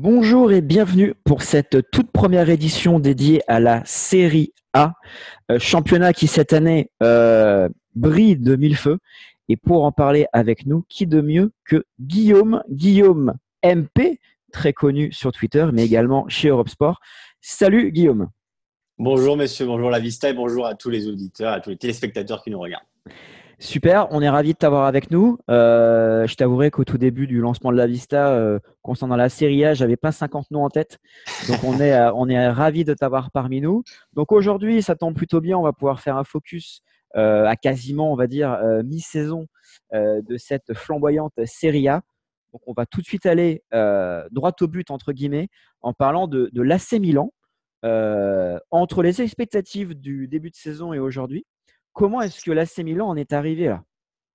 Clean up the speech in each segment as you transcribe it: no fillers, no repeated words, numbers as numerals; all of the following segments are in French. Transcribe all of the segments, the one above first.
Bonjour et bienvenue pour cette toute première édition dédiée à la Série A, championnat qui cette année brille de mille feux. Et pour en parler avec nous, qui de mieux que Guillaume MP, très connu sur Twitter, mais également chez Europe Sport. Salut Guillaume. Bonjour messieurs, bonjour la Vista et bonjour à tous les auditeurs, à tous les téléspectateurs qui nous regardent. Super, on est ravis de t'avoir avec nous. Je t'avouerai qu'au tout début du lancement de la Vista, concernant la Série A, j'avais pas 50 noms en tête. Donc on est ravis de t'avoir parmi nous. Donc aujourd'hui, ça tombe plutôt bien, on va pouvoir faire un focus à quasiment, on va dire, mi-saison de cette flamboyante Série A. Donc on va tout de suite aller droit au but, entre guillemets, en parlant de l'AC Milan. Entre les expectatives du début de saison et aujourd'hui, comment est-ce que l'AC Milan en est arrivé là?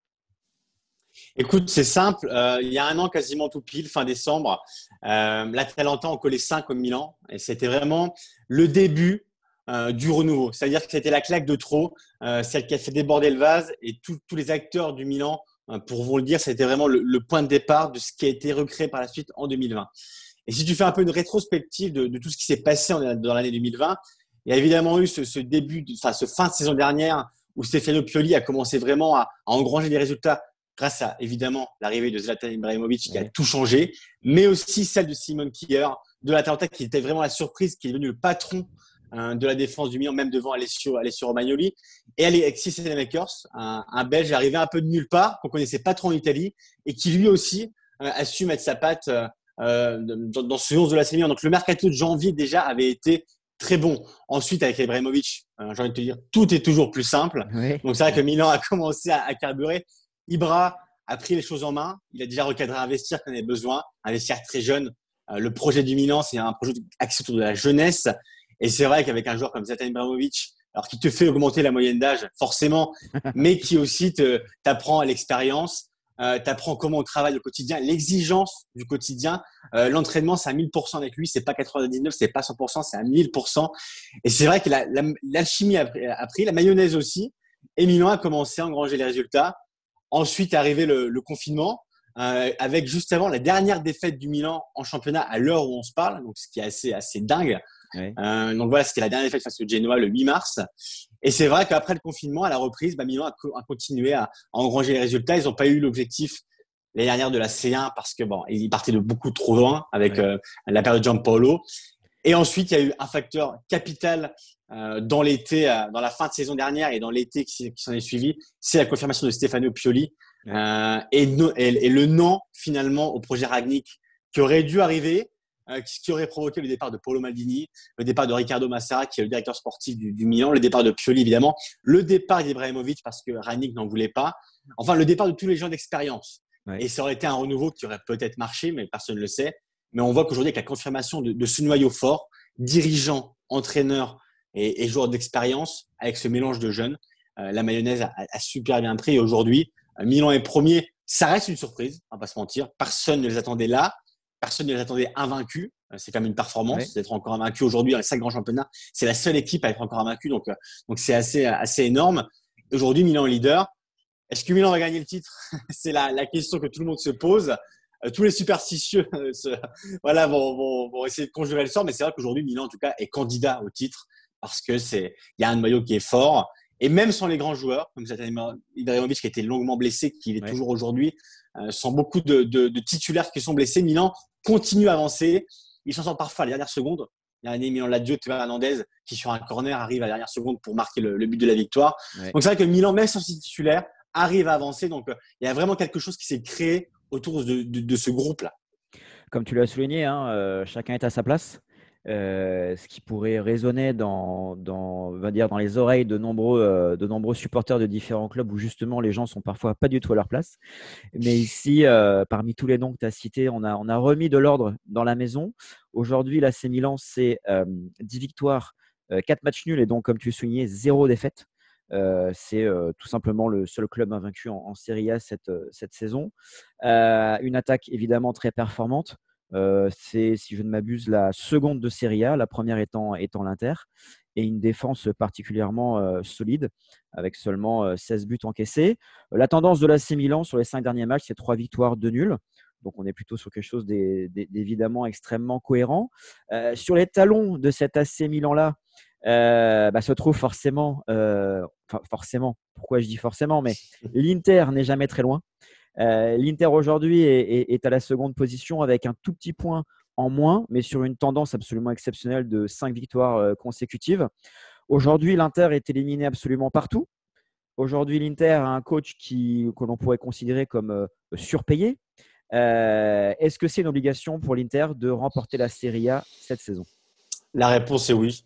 Écoute, c'est simple, il y a un an quasiment tout pile, fin décembre, l'Atalanta en collait 5 au Milan et c'était vraiment le début du renouveau. C'est-à-dire que c'était la claque de trop, celle qui a fait déborder le vase et tous les acteurs du Milan, pour vous le dire, c'était vraiment le point de départ de ce qui a été recréé par la suite en 2020. Et si tu fais un peu une rétrospective de tout ce qui s'est passé dans l'année 2020, il y a évidemment eu ce début, ce fin de saison dernière où Stefano Pioli a commencé vraiment à engranger des résultats grâce à évidemment l'arrivée de Zlatan Ibrahimovic qui a Ouais. tout changé, mais aussi celle de Simon Kjær de l'Atalanta qui était vraiment la surprise, qui est devenu le patron de la défense du Milan, même devant Alessio Romagnoli. Et Alexis Saelemaekers, un Belge arrivé un peu de nulle part, qu'on connaissait pas trop en Italie, et qui lui aussi a su mettre sa patte dans ce 11 de la Milan. Donc le mercato de janvier déjà avait été très bon. Ensuite, avec Ibrahimovic, j'ai envie de te dire, tout est toujours plus simple. Ouais. Donc c'est vrai que Milan a commencé à carburer. Ibra a pris les choses en main. Il a déjà recadré un vestiaire qu'on avait besoin, un vestiaire très jeune. Le projet du Milan, c'est un projet axé autour de la jeunesse. Et c'est vrai qu'avec un joueur comme Zlatan Ibrahimovic, alors qui te fait augmenter la moyenne d'âge, forcément, mais qui aussi t'apprend à l'expérience, t'apprend comment on travaille au quotidien, l'exigence du quotidien. L'entraînement, c'est à 1000% avec lui, c'est pas 99, c'est pas 100%, c'est à 1000%. Et c'est vrai que l'alchimie a pris, la mayonnaise aussi. Et Milan a commencé à engranger les résultats. Ensuite est arrivé le confinement, avec juste avant la dernière défaite du Milan en championnat à l'heure où on se parle, donc ce qui est assez dingue. Ouais. Donc voilà, c'était la dernière défaite face au Genoa le 8 mars. Et c'est vrai qu'après le confinement, à la reprise, Milan a continué à engranger les résultats. Ils n'ont pas eu l'objectif l'année dernière de la C1 parce que bon, ils partaient de beaucoup trop loin avec Ouais. la période de Gianpaolo. Et ensuite, il y a eu un facteur capital dans l'été, dans la fin de saison dernière et dans l'été qui s'en est suivi, c'est la confirmation de Stefano Pioli Ouais. et le non finalement au projet Ragnick qui aurait dû arriver, qui aurait provoqué le départ de Paolo Maldini, le départ de Riccardo Massara qui est le directeur sportif du Milan, le départ de Pioli évidemment, le départ d'Ibrahimovic parce que Ragnick n'en voulait pas, enfin le départ de tous les gens d'expérience. Ouais. Et ça aurait été un renouveau qui aurait peut-être marché, mais personne ne le sait. Mais on voit qu'aujourd'hui, avec la confirmation de ce noyau fort, dirigeants, entraîneurs et joueurs d'expérience, avec ce mélange de jeunes, la mayonnaise a super bien pris. Et aujourd'hui, Milan est premier. Ça reste une surprise, on va pas se mentir. Personne ne les attendait là. Personne ne les attendait invaincus. C'est quand même une Ouais. performance d'être encore invaincu aujourd'hui dans les 5 grands championnats. C'est la seule équipe à être encore invaincue, donc c'est assez énorme. Aujourd'hui, Milan est leader. Est-ce que Milan va gagner le titre? C'est la question que tout le monde se pose. Tous les superstitieux voilà, vont essayer de conjurer le sort, mais c'est vrai qu'aujourd'hui, Milan, en tout cas, est candidat au titre parce que il y a un noyau qui est fort. Et même sans les grands joueurs, comme Zlatan Ibrahimovic qui a été longuement blessé, qui est Ouais. toujours aujourd'hui, sans beaucoup de titulaires qui sont blessés, Milan continue à avancer. Ils s'en sortent parfois à la dernière seconde. Il y a un Milan Lazio, Théo Hernandez, qui sur un corner arrive à la dernière seconde pour marquer le but de la victoire. Ouais. Donc c'est vrai que Milan, même sans ses titulaires, arrive à avancer. Donc il y a vraiment quelque chose qui s'est créé autour de ce groupe-là. Comme tu l'as souligné, hein, chacun est à sa place. Ce qui pourrait résonner on va dire, dans les oreilles de nombreux supporters de différents clubs où justement les gens sont parfois pas du tout à leur place. Mais ici, parmi tous les noms que tu as cités, on a remis de l'ordre dans la maison. Aujourd'hui, l'AC Milan, c'est 10 victoires, 4 matchs nuls et donc, comme tu le soulignais, 0 défaite. C'est tout simplement le seul club invaincu en Serie A cette saison. Une attaque évidemment très performante. C'est, si je ne m'abuse, la seconde de Serie A, la première étant l'Inter, et une défense particulièrement solide, avec seulement 16 buts encaissés. La tendance de l'AC Milan sur les 5 derniers matchs, c'est 3 victoires, 2 nuls. Donc, on est plutôt sur quelque chose d'évidemment extrêmement cohérent. Sur les talons de cet AC Milan-là, se trouve forcément, forcément, pourquoi je dis forcément, mais l'Inter n'est jamais très loin. L'Inter aujourd'hui est à la seconde position avec un tout petit point en moins, mais sur une tendance absolument exceptionnelle de 5 victoires consécutives. Aujourd'hui, l'Inter est éliminé absolument partout. Aujourd'hui, l'Inter a un coach que l'on pourrait considérer comme surpayé. Est-ce que c'est une obligation pour l'Inter de remporter la Serie A cette saison? La réponse est oui,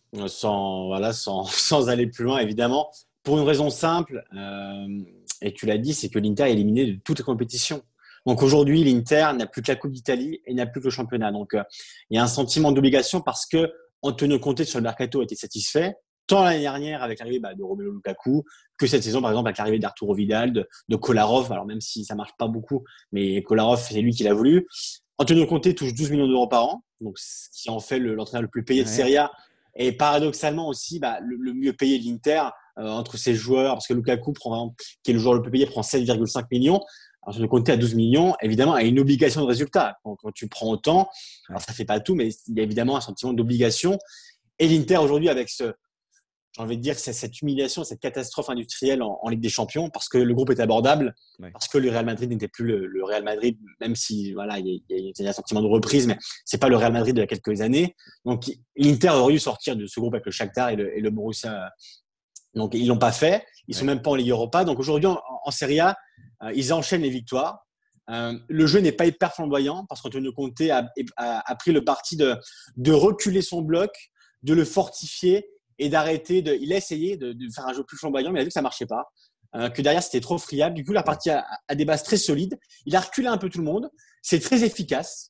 sans aller plus loin, évidemment. Pour une raison simple, et tu l'as dit, c'est que l'Inter est éliminé de toutes les compétitions. Donc aujourd'hui, l'Inter n'a plus que la Coupe d'Italie et n'a plus que le championnat. Donc il y a un sentiment d'obligation parce que Antonio Conte sur le mercato a été satisfait, tant l'année dernière avec l'arrivée de Romelu Lukaku que cette saison, par exemple, avec l'arrivée d'Arturo Vidal, de Kolarov. Alors même si ça marche pas beaucoup, mais Kolarov, c'est lui qui l'a voulu. Antonio Conte touche 12 millions d'euros par an, donc ce qui en fait l'entraîneur le plus payé de Serie A. Et paradoxalement aussi, le mieux payé de l'Inter entre ses joueurs, parce que Lukaku, qui est le joueur le plus payé, prend 7,5 millions. Antonio Conte à 12 millions, évidemment, a une obligation de résultat. Quand tu prends autant, alors ça fait pas tout, mais il y a évidemment un sentiment d'obligation. Et l'Inter aujourd'hui, avec j'ai envie de dire que c'est cette humiliation, cette catastrophe industrielle en Ligue des Champions, parce que le groupe est abordable, parce que le Real Madrid n'était plus le Real Madrid, même si voilà, il y a un sentiment de reprise, mais c'est pas le Real Madrid il y a quelques années. Donc l'Inter aurait dû sortir de ce groupe avec le Shakhtar et le Borussia. Donc ils l'ont pas fait, ils sont même pas en Ligue Europa. Donc aujourd'hui en Serie A, ils enchaînent les victoires. Le jeu n'est pas hyper flamboyant parce qu'Antonio Conte a pris le parti de reculer son bloc, de le fortifier et d'arrêter il a essayé de faire un jeu plus flamboyant, mais il a vu que ça marchait pas, que derrière c'était trop friable. Du coup, la partie a des bases très solides. Il a reculé un peu tout le monde. C'est très efficace.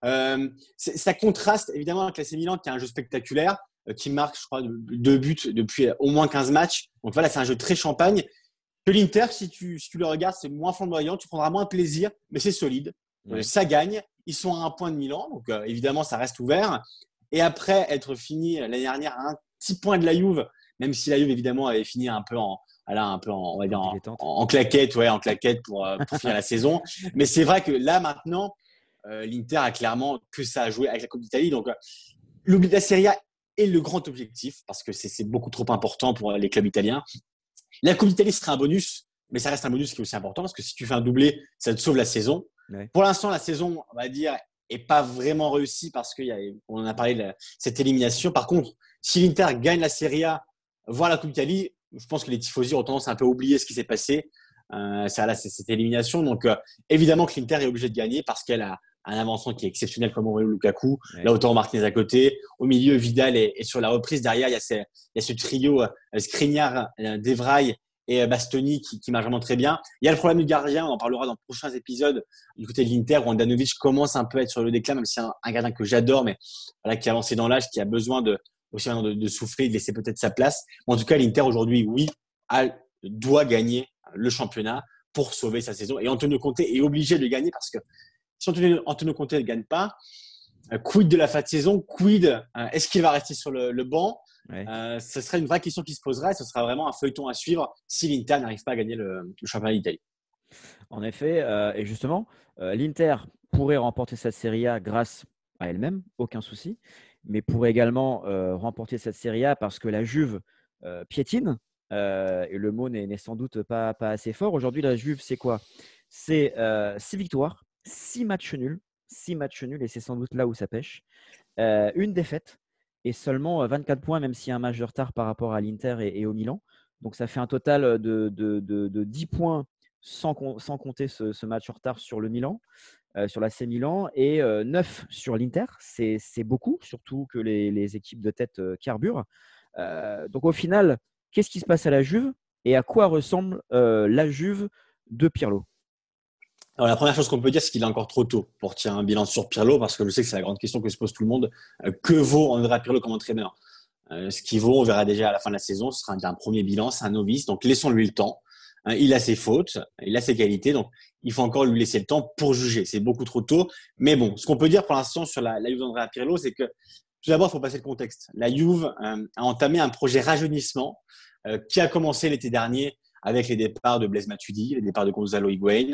Ça contraste évidemment avec l'AC Milan qui a un jeu spectaculaire, qui marque, je crois, 2 buts depuis au moins 15 matchs. Donc voilà, c'est un jeu très champagne. Que l'Inter, si tu le regardes, c'est moins flamboyant, tu prendras moins de plaisir, mais c'est solide. Ça gagne. Ils sont à un point de Milan, donc évidemment, ça reste ouvert. Et après être fini l'année dernière à un petit point de la Juve, même si la Juve évidemment avait fini un peu on va dire en claquette, en claquette pour finir la saison. Mais c'est vrai que là maintenant, l'Inter a clairement que ça à jouer avec la Coupe d'Italie. Donc la Serie A est le grand objectif parce que c'est beaucoup trop important pour les clubs italiens. La Coupe d'Italie serait un bonus, mais ça reste un bonus qui est aussi important parce que si tu fais un doublé, ça te sauve la saison. Pour l'instant, la saison, on va dire, est pas vraiment réussie parce qu'on en a parlé de cette élimination. Par contre, si l'Inter gagne la Serie A, voire la Coupe d'Italie, je pense que les tifosi ont tendance à un peu oublier ce qui s'est passé. C'est cette élimination. Donc, évidemment que l'Inter est obligé de gagner parce qu'elle a un avancement qui est exceptionnel comme Romelu Lukaku. Lautaro Martinez à côté. Au milieu, Vidal est sur la reprise. Derrière, il y a ce trio Skriniar, Devray et Bastoni qui marche vraiment très bien. Il y a le problème du gardien, on en parlera dans les prochains épisodes. Du côté de l'Inter, où Andanovic commence un peu à être sur le déclin, même si c'est un gardien que j'adore, mais voilà, qui est avancé dans l'âge, qui a besoin de souffler, de laisser peut-être sa place. En tout cas, l'Inter aujourd'hui, oui, doit gagner le championnat pour sauver sa saison. Et Antonio Conte est obligé de gagner parce que si Antonio Conte ne gagne pas, quid de la fin de saison, est-ce qu'il va rester sur le banc? Ce serait une vraie question qui se poserait. Ce sera vraiment un feuilleton à suivre si l'Inter n'arrive pas à gagner le championnat d'Italie. En effet, et justement, l'Inter pourrait remporter cette Serie A grâce à elle-même, aucun souci, mais pourrait également remporter cette Serie A parce que la Juve piétine, et le mot n'est sans doute pas assez fort. Aujourd'hui, la Juve, c'est quoi? C'est 6 victoires, 6 matchs nuls, 6 matchs nuls, et c'est sans doute là où ça pêche. Une défaite et seulement 24 points, même s'il y a un match de retard par rapport à l'Inter et au Milan. Donc, ça fait un total de 10 points sans compter ce match en retard sur le Milan, sur l'AC Milan, et 9 sur l'Inter. C'est beaucoup, surtout que les équipes de tête carburent. Donc, au final, qu'est-ce qui se passe à la Juve et à quoi ressemble la Juve de Pirlo? Alors, la première chose qu'on peut dire, c'est qu'il est encore trop tôt pour tirer un bilan sur Pirlo, parce que je sais que c'est la grande question que se pose tout le monde. Que vaut Andrea Pirlo comme entraîneur? Ce qui vaut, on verra déjà à la fin de la saison, ce sera un premier bilan, c'est un novice, donc laissons-lui le temps. Il a ses fautes, il a ses qualités, donc il faut encore lui laisser le temps pour juger. C'est beaucoup trop tôt. Mais bon, ce qu'on peut dire pour l'instant sur la Juve d'Andrea Pirlo, c'est que tout d'abord, il faut passer le contexte. La Juve a entamé un projet rajeunissement qui a commencé l'été dernier avec les départs de Blaise Matuidi, les départs de Gonzalo Higuaín.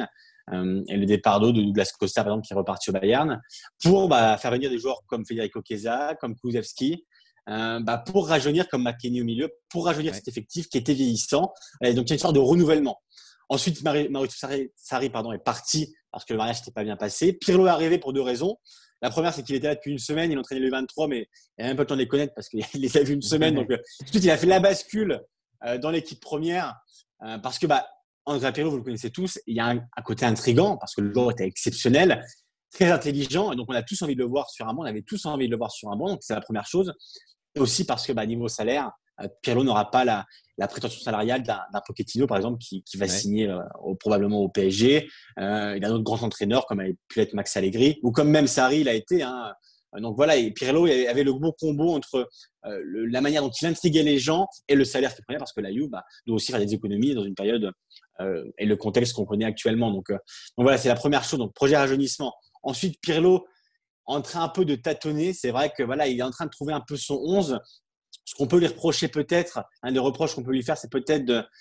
et le départ de Douglas Costa, par exemple, qui est reparti au Bayern, pour faire venir des joueurs comme Federico Chiesa, comme Kulusevski, pour rajeunir comme McKennie au milieu, pour rajeunir Ouais. cet effectif qui était vieillissant. Et donc, il y a une sorte de renouvellement. Ensuite, Maurizio Sarri est parti parce que le mariage n'était pas bien passé. Pirlo est arrivé pour deux raisons. La première, c'est qu'il était là depuis une semaine, il entraînait le 23, mais il n'a même pas le temps de les connaître parce qu'il les a vus une semaine. Donc, ensuite, il a fait la bascule dans l'équipe première parce que Andrea Pirlo, vous le connaissez tous, il y a un côté intrigant parce que le joueur était exceptionnel, très intelligent, et donc on a tous envie de le voir sur un banc. On avait tous envie de le voir sur un banc, donc c'est la première chose. Et aussi parce que niveau salaire, Pirlo n'aura pas la prétention salariale d'un Pochettino, par exemple, qui va Ouais. signer probablement au PSG. Il a d'autres grands entraîneurs, comme a pu être Max Allegri, ou comme même Sarri, il a été. Donc voilà, et Pirlo avait le bon combo entre la manière dont il intriguait les gens et le salaire qu'il prenait, parce que la Juve doit aussi faire des économies dans une période et le contexte qu'on connaît actuellement. Donc voilà, c'est la première chose. Donc projet rajeunissement. Ensuite, Pirlo en train un peu de tâtonner. C'est vrai que voilà, il est en train de trouver un peu son 11. Ce qu'on peut lui reprocher peut-être, un des reproches qu'on peut lui faire, c'est peut-être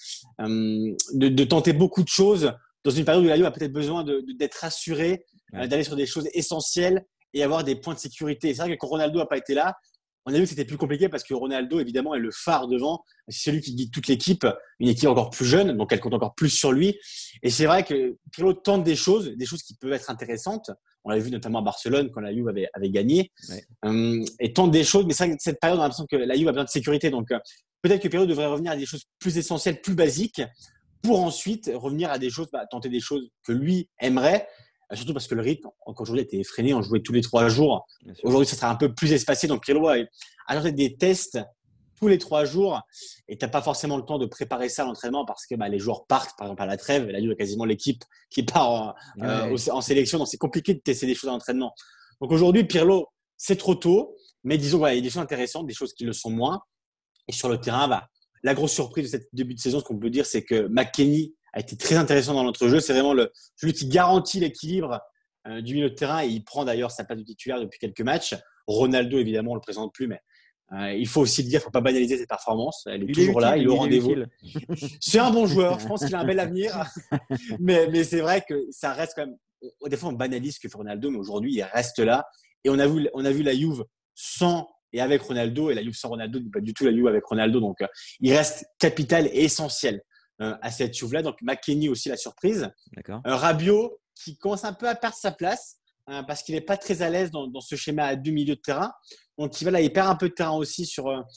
de tenter beaucoup de choses dans une période où la Juve a peut-être besoin d'être rassuré, Ouais. d'aller sur des choses essentielles et avoir des points de sécurité. C'est vrai que quand Ronaldo n'a pas été là, on a vu que c'était plus compliqué parce que Ronaldo, évidemment, est le phare devant. C'est celui qui guide toute l'équipe, une équipe encore plus jeune, donc elle compte encore plus sur lui. Et c'est vrai que Pirlo tente des choses qui peuvent être intéressantes. On l'a vu notamment à Barcelone quand la Juve avait gagné. Ouais. Et tente des choses, mais c'est vrai que cette période, on a l'impression que la Juve a besoin de sécurité. Donc peut-être que Pirlo devrait revenir à des choses plus essentielles, plus basiques, pour ensuite revenir à des choses, tenter des choses que lui aimerait. Surtout parce que le rythme, encore aujourd'hui, était effréné. On jouait tous les 3 jours. Bien sûr. Aujourd'hui, ça sera un peu plus espacé. Donc, Pirlo a tenté des tests tous les 3 jours et tu n'as pas forcément le temps de préparer ça à l'entraînement parce que les joueurs partent, par exemple, à la trêve. Là, il y a quasiment l'équipe qui part Ouais. en sélection. Donc, c'est compliqué de tester des choses à l'entraînement. Donc, aujourd'hui, Pirlo, c'est trop tôt. Mais disons, voilà, il y a des choses intéressantes, des choses qui le sont moins. Et sur le terrain, la grosse surprise de cette début de saison, ce qu'on peut dire, c'est que McKennie a été très intéressant dans notre jeu. C'est vraiment celui qui garantit l'équilibre du milieu de terrain et il prend d'ailleurs sa place de titulaire depuis quelques matchs. Ronaldo, évidemment, on ne le présente plus, mais il faut aussi le dire, il ne faut pas banaliser ses performances. Elle est Il est toujours là, utile, il est au il est rendez-vous. utile. C'est un bon joueur, je pense qu'il a un bel avenir, mais c'est vrai que ça reste quand même. Des fois, on banalise que Ronaldo, mais aujourd'hui, il reste là. Et on a vu la Juve sans et avec Ronaldo, et la Juve sans Ronaldo n'est pas du tout la Juve avec Ronaldo. Donc, il reste capital et essentiel à cette Juve-là. Donc, McKennie aussi la surprise. D'accord. Rabiot qui commence un peu à perdre sa place parce qu'il n'est pas très à l'aise dans ce schéma à deux milieux de terrain. Donc, il perd un peu de terrain aussi sur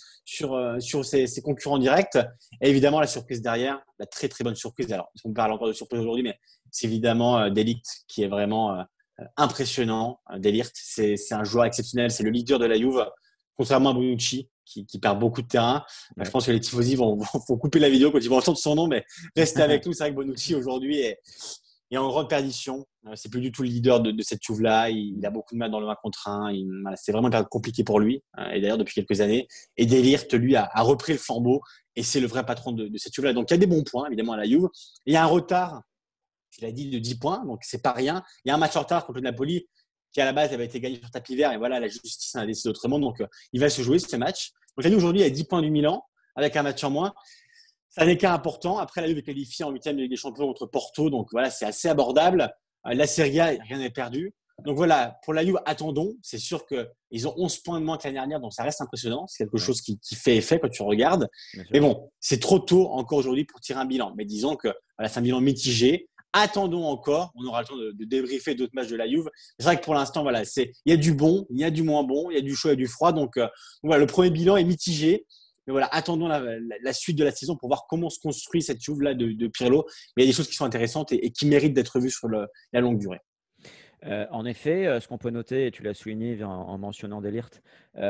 ses concurrents directs. Et évidemment, la surprise derrière, la très très bonne surprise. Alors, on parle encore de surprise aujourd'hui, mais c'est évidemment De Ligt qui est vraiment impressionnant. De Ligt, c'est un joueur exceptionnel. C'est le leader de la Juve, contrairement à Bonucci qui perd beaucoup de terrain. Ouais. Je pense que les tifosi vont couper la vidéo quand ils vont entendre son nom, mais restez avec nous. C'est vrai que Bonucci aujourd'hui est en grande perdition. C'est plus du tout le leader de cette Juve-là. Il a beaucoup de mal dans le 1 contre 1. C'est vraiment une période compliquée pour lui. Et d'ailleurs, depuis quelques années. Et De Ligt, lui, a repris le flambeau. Et c'est le vrai patron de cette Juve-là. Donc, il y a des bons points, évidemment, à la Juve. Il y a un retard, tu l'as dit, de 10 points. Donc, c'est pas rien. Il y a un match en retard contre le Napoli qui, à la base, avait été gagné sur tapis vert. Et voilà, la justice a décidé autrement. Donc, il va se jouer ce match. Donc, la Juve, aujourd'hui, a 10 points du Milan avec un match en moins. C'est un écart important. Après, la Juve est qualifiée en huitième de Ligue des Champions contre Porto. Donc voilà, c'est assez abordable. La Serie A, rien n'est perdu. Donc voilà, pour la Juve, attendons. C'est sûr qu'ils ont 11 points de moins que l'année dernière, donc ça reste impressionnant. C'est quelque chose qui fait effet quand tu regardes. Mais bon, c'est trop tôt encore aujourd'hui pour tirer un bilan. Mais disons que voilà, c'est un bilan mitigé. Attendons encore. On aura le temps de débriefer d'autres matchs de la Juve. C'est vrai que pour l'instant, voilà, il y a du bon, il y a du moins bon, il y a du chaud et du froid. Donc voilà, le premier bilan est mitigé. Mais voilà, attendons la suite de la saison pour voir comment se construit cette Juve-là de Pirlo. Mais il y a des choses qui sont intéressantes et qui méritent d'être vues sur la longue durée. En effet, ce qu'on peut noter, et tu l'as souligné en mentionnant De Ligt,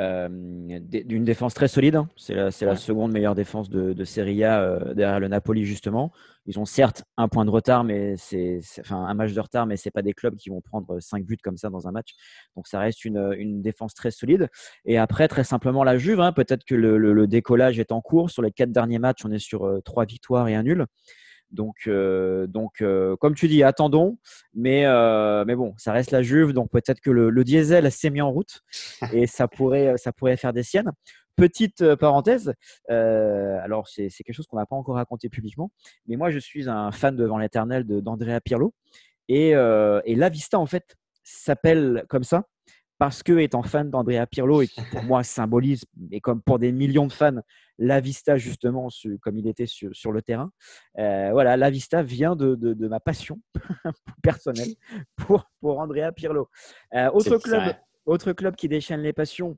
d'une défense très solide, hein. C'est la Ouais. seconde meilleure défense de Serie A derrière le Napoli, justement. Ils ont certes un point de retard, mais enfin, un match de retard, mais ce n'est pas des clubs qui vont prendre 5 buts comme ça dans un match. Donc, ça reste une défense très solide. Et après, très simplement, la Juve, hein, peut-être que le décollage est en cours. Sur les 4 derniers matchs, on est sur 3 victoires et un nul. Donc, comme tu dis, attendons. Mais bon, ça reste la Juve. Donc, peut-être que le diesel s'est mis en route et ça pourrait faire des siennes. Petite parenthèse, alors c'est quelque chose qu'on n'a pas encore raconté publiquement, mais moi je suis un fan devant l'éternel d'Andrea Pirlo Et La Vista, en fait, s'appelle comme ça parce que, étant fan d'Andrea Pirlo, et qui pour moi symbolise, et comme pour des millions de fans, La Vista, justement, comme il était sur le terrain, voilà, La Vista vient de ma passion personnelle pour Andrea Pirlo. C'est vrai. Autre club qui déchaîne les passions,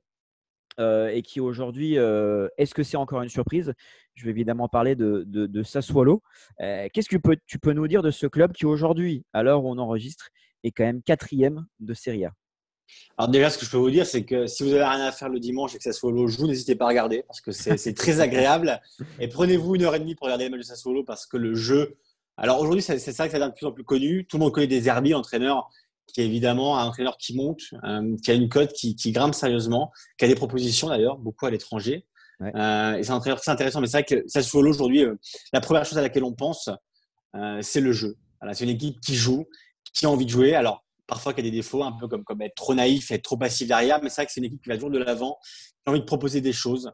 et qui aujourd'hui, est-ce que c'est encore une surprise? Je vais évidemment parler de Sassuolo. Qu'est-ce que tu peux nous dire de ce club qui aujourd'hui, à l'heure où on enregistre, est quand même quatrième de Serie A? Alors déjà, ce que je peux vous dire, c'est que si vous avez rien à faire le dimanche et que Sassuolo joue, n'hésitez pas à regarder parce que c'est très agréable. Et prenez-vous 1 heure et demie pour regarder les matchs de Sassuolo parce que le jeu. Alors aujourd'hui, c'est vrai que ça devient de plus en plus connu. Tout le monde connaît des Zerbi, entraîneur qui est évidemment un entraîneur qui monte, qui a une cote qui grimpe sérieusement, qui a des propositions d'ailleurs, beaucoup à l'étranger. Ouais. Et c'est un entraîneur très intéressant. Mais c'est vrai que Sassuolo aujourd'hui, la première chose à laquelle on pense, c'est le jeu. Voilà, c'est une équipe qui joue, qui a envie de jouer. Alors, parfois, qu'il y a des défauts, un peu comme être trop naïf, être trop passif derrière, mais c'est vrai que c'est une équipe qui va toujours de l'avant, qui a envie de proposer des choses.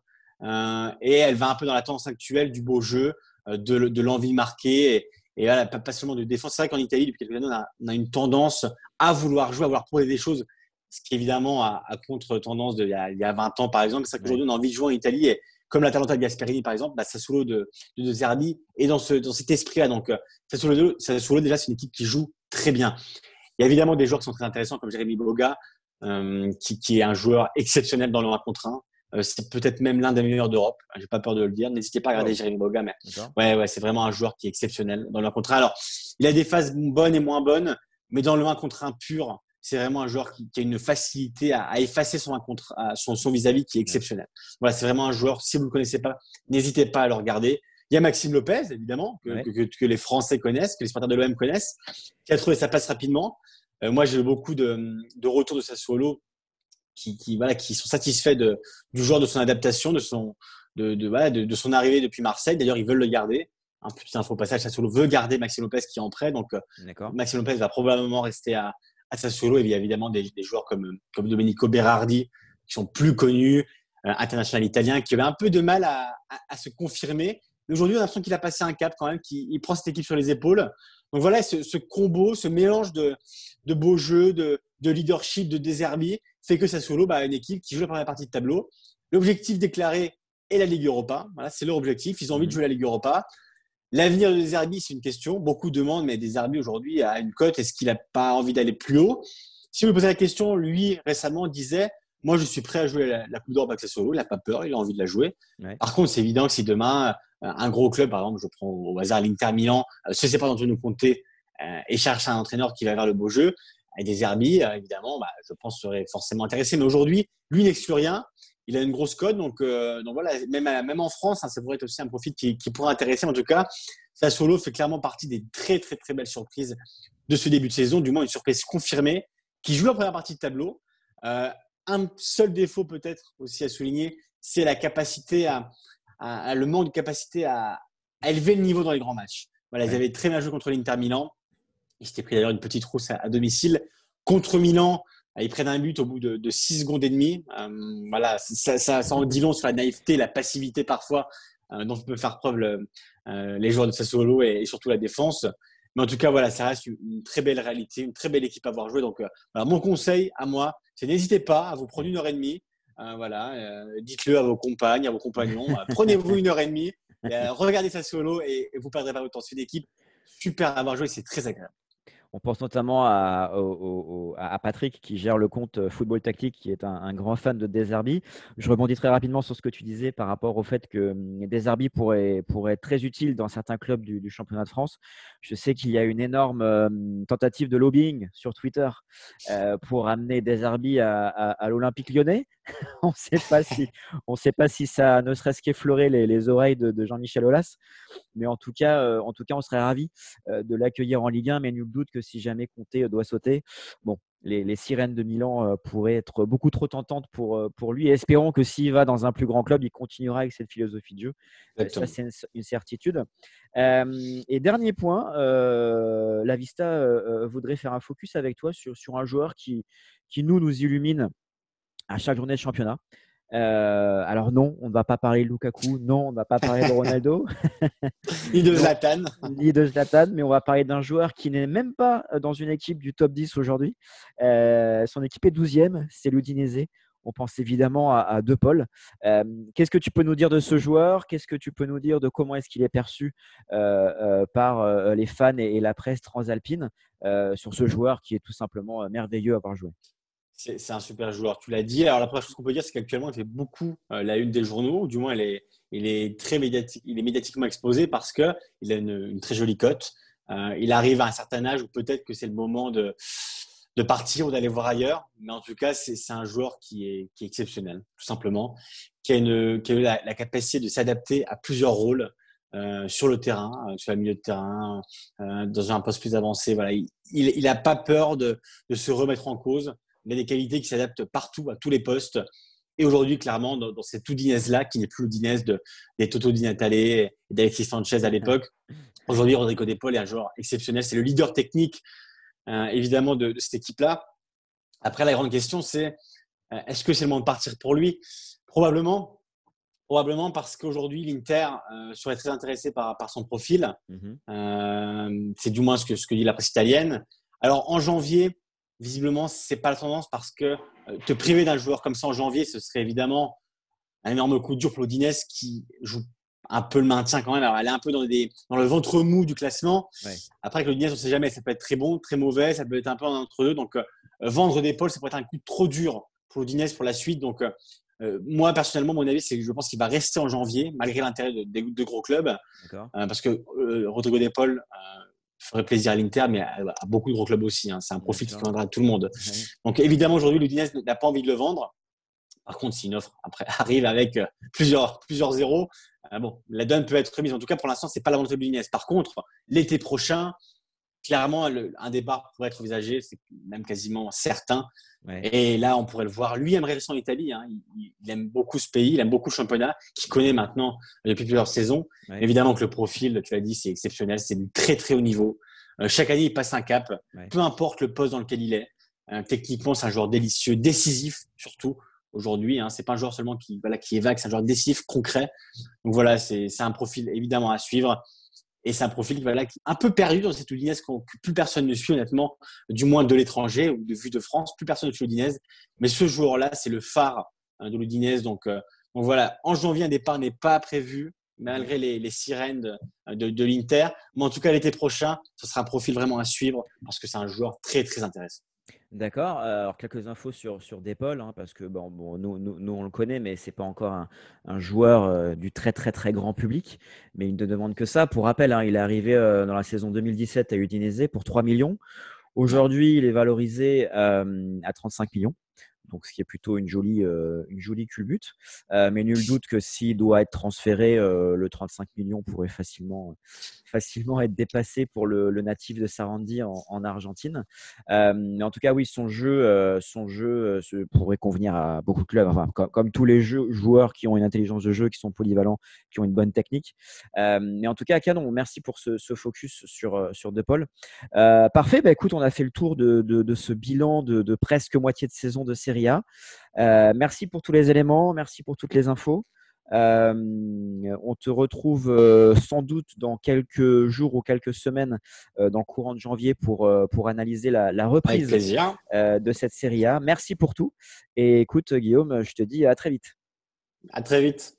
Et elle va un peu dans la tendance actuelle du beau jeu, de l'envie marquée. Et voilà, pas seulement de défense. C'est vrai qu'en Italie, depuis quelques années, on a une tendance à vouloir jouer, à vouloir proposer des choses, ce qui évidemment a contre-tendance il y a 20 ans, par exemple. C'est vrai Ouais. qu'aujourd'hui, on a envie de jouer en Italie. Et comme l'Atalanta de Gasperini, par exemple, bah, Sassuolo de Zerbi est dans cet esprit-là. Donc, Sassuolo, déjà, c'est une équipe qui joue très bien. Il y a évidemment des joueurs qui sont très intéressants, comme Jérémy Boga, qui est un joueur exceptionnel dans le 1 contre 1. C'est peut-être même l'un des meilleurs d'Europe. J'ai pas peur de le dire. N'hésitez pas à regarder Wow. Jérémy Boga, mais D'accord. ouais, c'est vraiment un joueur qui est exceptionnel dans le 1 contre 1. Alors, il a des phases bonnes et moins bonnes, mais dans le 1 contre 1 pur, c'est vraiment un joueur qui a une facilité à effacer son vis-à-vis qui est Ouais. exceptionnel. Voilà, c'est vraiment un joueur, si vous ne le connaissez pas, n'hésitez pas à le regarder. Il y a Maxime Lopez, évidemment, Ouais. que les Français connaissent, que les supporters de l'OM connaissent, qui a trouvé sa place rapidement. Moi, j'ai eu beaucoup de retours de Sassuolo voilà, qui sont satisfaits du joueur, de son adaptation, voilà, de son arrivée depuis Marseille. D'ailleurs, ils veulent le garder. Un petit info passage, Sassuolo veut garder Maxime Lopez qui est en prêt. Donc, D'accord. Maxime Lopez va probablement rester à Sassuolo. Et il y a évidemment des joueurs comme Domenico Berardi qui sont plus connus, international italien, qui avait un peu de mal à se confirmer. Mais aujourd'hui, on a l'impression qu'il a passé un cap quand même, qu'il prend cette équipe sur les épaules. Donc voilà, ce combo, ce mélange de beaux jeux, de leadership, de désherbi, fait que Sassuolo, bah, une équipe qui joue la première partie de tableau. L'objectif déclaré est la Ligue Europa. Voilà, c'est leur objectif. Ils ont envie de Mhm. jouer la Ligue Europa. L'avenir de Zerbi, c'est une question. Beaucoup demandent, mais Zerbi aujourd'hui a une cote. Est-ce qu'il n'a pas envie d'aller plus haut? Si vous me posez la question, lui récemment disait, moi je suis prêt à jouer la Coupe d'Europe avec Sassuolo. Il n'a pas peur, il a envie de la jouer. Ouais. Par contre, c'est évident que si demain un gros club, par exemple, je prends au hasard l'Inter Milan, se sépare d'Antonio Conte et cherche un entraîneur qui va vers le beau jeu, et des Zerbi, évidemment, bah, je pense serait forcément intéressé. Mais aujourd'hui, lui n'exclut rien. Il a une grosse cote, donc voilà, même en France, hein, ça pourrait être aussi un profil qui pourrait intéresser. En tout cas, Sassuolo fait clairement partie des très très très belles surprises de ce début de saison, du moins une surprise confirmée, qui joue la première partie de tableau. Euh, un seul défaut peut-être aussi à souligner, c'est la capacité le manque de capacité à élever le niveau dans les grands matchs. Voilà, ils Ouais. avaient très bien joué contre l'Inter Milan. Ils s'étaient pris d'ailleurs une petite rousse à domicile. Contre Milan, ils prennent un but au bout de 6 secondes et demie. Voilà, ça en dit long sur la naïveté, la passivité parfois dont peut faire preuve les joueurs de Sassuolo et surtout la défense. Mais en tout cas, voilà, ça reste une très belle réalité, une très belle équipe à voir jouer. Donc, voilà, mon conseil à moi, c'est n'hésitez pas à vous prendre 1 heure et demie. Voilà, dites-le à vos compagnes, à vos compagnons. Prenez-vous 1 heure et demie, regardez Sassuolo et vous ne perdrez pas votre temps. C'est une équipe super à avoir joué, c'est très agréable. On pense notamment à Patrick qui gère le compte Football Tactique, qui est un grand fan de Deserbi. Je rebondis très rapidement sur ce que tu disais par rapport au fait que Deserbi pourrait être très utile dans certains clubs du championnat de France. Je sais qu'il y a une énorme tentative de lobbying sur Twitter pour amener Deserbi à l'Olympique Lyonnais. On ne sait pas si ça ne serait-ce qu'effleurer les oreilles de Jean-Michel Aulas. Mais en tout cas, on serait ravis de l'accueillir en Ligue 1. Mais nul doute que si jamais Conte doit sauter, bon, les sirènes de Milan pourraient être beaucoup trop tentantes pour lui. Et espérons que s'il va dans un plus grand club, il continuera avec cette philosophie de jeu. Ça, Exactement. c'est une certitude. Et dernier point, la Vista voudrait faire un focus avec toi sur un joueur qui nous illumine à chaque journée de championnat. Alors non, on ne va pas parler de Lukaku, non, on ne va pas parler de Ronaldo, Ni de non, Zlatan. ni de Zlatan, mais on va parler d'un joueur qui n'est même pas dans une équipe du top 10 aujourd'hui. Son équipe est 12e, c'est l'Udinese. On pense évidemment à De Paul. Qu'est-ce que tu peux nous dire de ce joueur? Qu'est-ce que tu peux nous dire de comment est-ce qu'il est perçu par les fans et la presse transalpine sur ce joueur qui est tout simplement merveilleux à avoir joué? C'est un super joueur, tu l'as dit. Alors, la première chose qu'on peut dire, c'est qu'actuellement, il fait beaucoup la une des journaux, ou du moins, il est très médiatique, il est médiatiquement exposé parce qu'il a une très jolie cote. Il arrive à un certain âge où peut-être que c'est le moment de partir ou d'aller voir ailleurs. Mais en tout cas, c'est un joueur qui est exceptionnel, tout simplement, qui a eu la capacité de s'adapter à plusieurs rôles sur le terrain, sur le milieu de terrain, dans un poste plus avancé. Voilà, il n'a pas peur de se remettre en cause. Il a des qualités qui s'adaptent partout, à tous les postes. Et aujourd'hui, clairement, dans cette Udinese-là, qui n'est plus l'Udinese des Toto Di Natale et d'Alexis Sanchez à l'époque, aujourd'hui, Rodrigo De Paul est un joueur exceptionnel. C'est le leader technique, évidemment, de cette équipe-là. Après, la grande question, c'est est-ce que c'est le moment de partir pour lui? Probablement. Probablement parce qu'aujourd'hui, l'Inter serait très intéressé par son profil. Mhm. C'est du moins ce que dit la presse italienne. Alors, en janvier, visiblement, c'est pas la tendance parce que te priver d'un joueur comme ça en janvier, ce serait évidemment un énorme coup dur pour l'Odinese qui joue un peu le maintien quand même. Alors, elle est un peu dans le ventre mou du classement. Ouais. Après, avec l'Odinese, on ne sait jamais. Ça peut être très bon, très mauvais. Ça peut être un peu entre deux. Donc, vendre des pôles, ça pourrait être un coup trop dur pour l'Odinese pour la suite. Donc, moi, personnellement, mon avis, c'est que je pense qu'il va rester en janvier, malgré l'intérêt de gros clubs. Parce que Rodrigo De Paul ferait plaisir à l'Inter, mais à beaucoup de gros clubs aussi. Hein. C'est un Bien profil qui sûr. conviendra à tout le monde. Ouais. Donc, évidemment, aujourd'hui, l'Udinese n'a pas envie de le vendre. Par contre, si une offre après arrive avec plusieurs zéros, bon, la donne peut être remise. En tout cas, pour l'instant, c'est pas la volonté de l'Udinese. Par contre, l'été prochain, clairement, un départ pourrait être envisagé, c'est même quasiment certain. Ouais. Et là, on pourrait le voir. Lui aimerait rester en Italie. Hein. Il aime beaucoup ce pays, il aime beaucoup le championnat, qu'il connaît maintenant depuis plusieurs saisons. Ouais. Évidemment que le profil, tu l'as dit, c'est exceptionnel, c'est du très très haut niveau. Chaque année, il passe un cap, Ouais. peu importe le poste dans lequel il est. Techniquement, c'est un joueur délicieux, décisif surtout aujourd'hui. Hein. C'est pas un joueur seulement qui est vague, c'est un joueur décisif, concret. Donc voilà, c'est un profil évidemment à suivre. Et c'est un profil qui est un peu perdu dans cette Udinese que plus personne ne suit, honnêtement, du moins de l'étranger ou de vue de France. Plus personne ne suit l'Udinese. Mais ce joueur-là, c'est le phare de l'Udinese. Donc voilà, en janvier, un départ n'est pas prévu, Mhm. malgré les sirènes de l'Inter. Mais en tout cas, l'été prochain, ce sera un profil vraiment à suivre parce que c'est un joueur très, très intéressant. D'accord. Alors, quelques infos sur Depol, hein, parce que nous, on le connaît, mais c'est pas encore un joueur du très, très, très grand public. Mais il ne demande que ça. Pour rappel, hein, il est arrivé dans la saison 2017 à Udinese pour 3 millions. Ouais. Aujourd'hui, il est valorisé à 35 millions. Donc, ce qui est plutôt une jolie culbute. Mais nul doute que s'il doit être transféré, le 35 millions pourrait facilement être dépassé pour le natif de Sarandi en Argentine. Mais en tout cas, oui, son jeu pourrait convenir à beaucoup de clubs. Enfin, comme tous les joueurs qui ont une intelligence de jeu, qui sont polyvalents, qui ont une bonne technique. Mais en tout cas, canon, merci pour ce focus sur De Paul. Parfait, bah, écoute, on a fait le tour de ce bilan de presque moitié de saison de Serie A. Merci pour tous les éléments, merci pour toutes les infos. On te retrouve sans doute dans quelques jours ou quelques semaines dans le courant de janvier pour analyser la Avec reprise plaisir. de cette Serie A. Merci pour tout. Et écoute, Guillaume, je te dis à très vite. À très vite.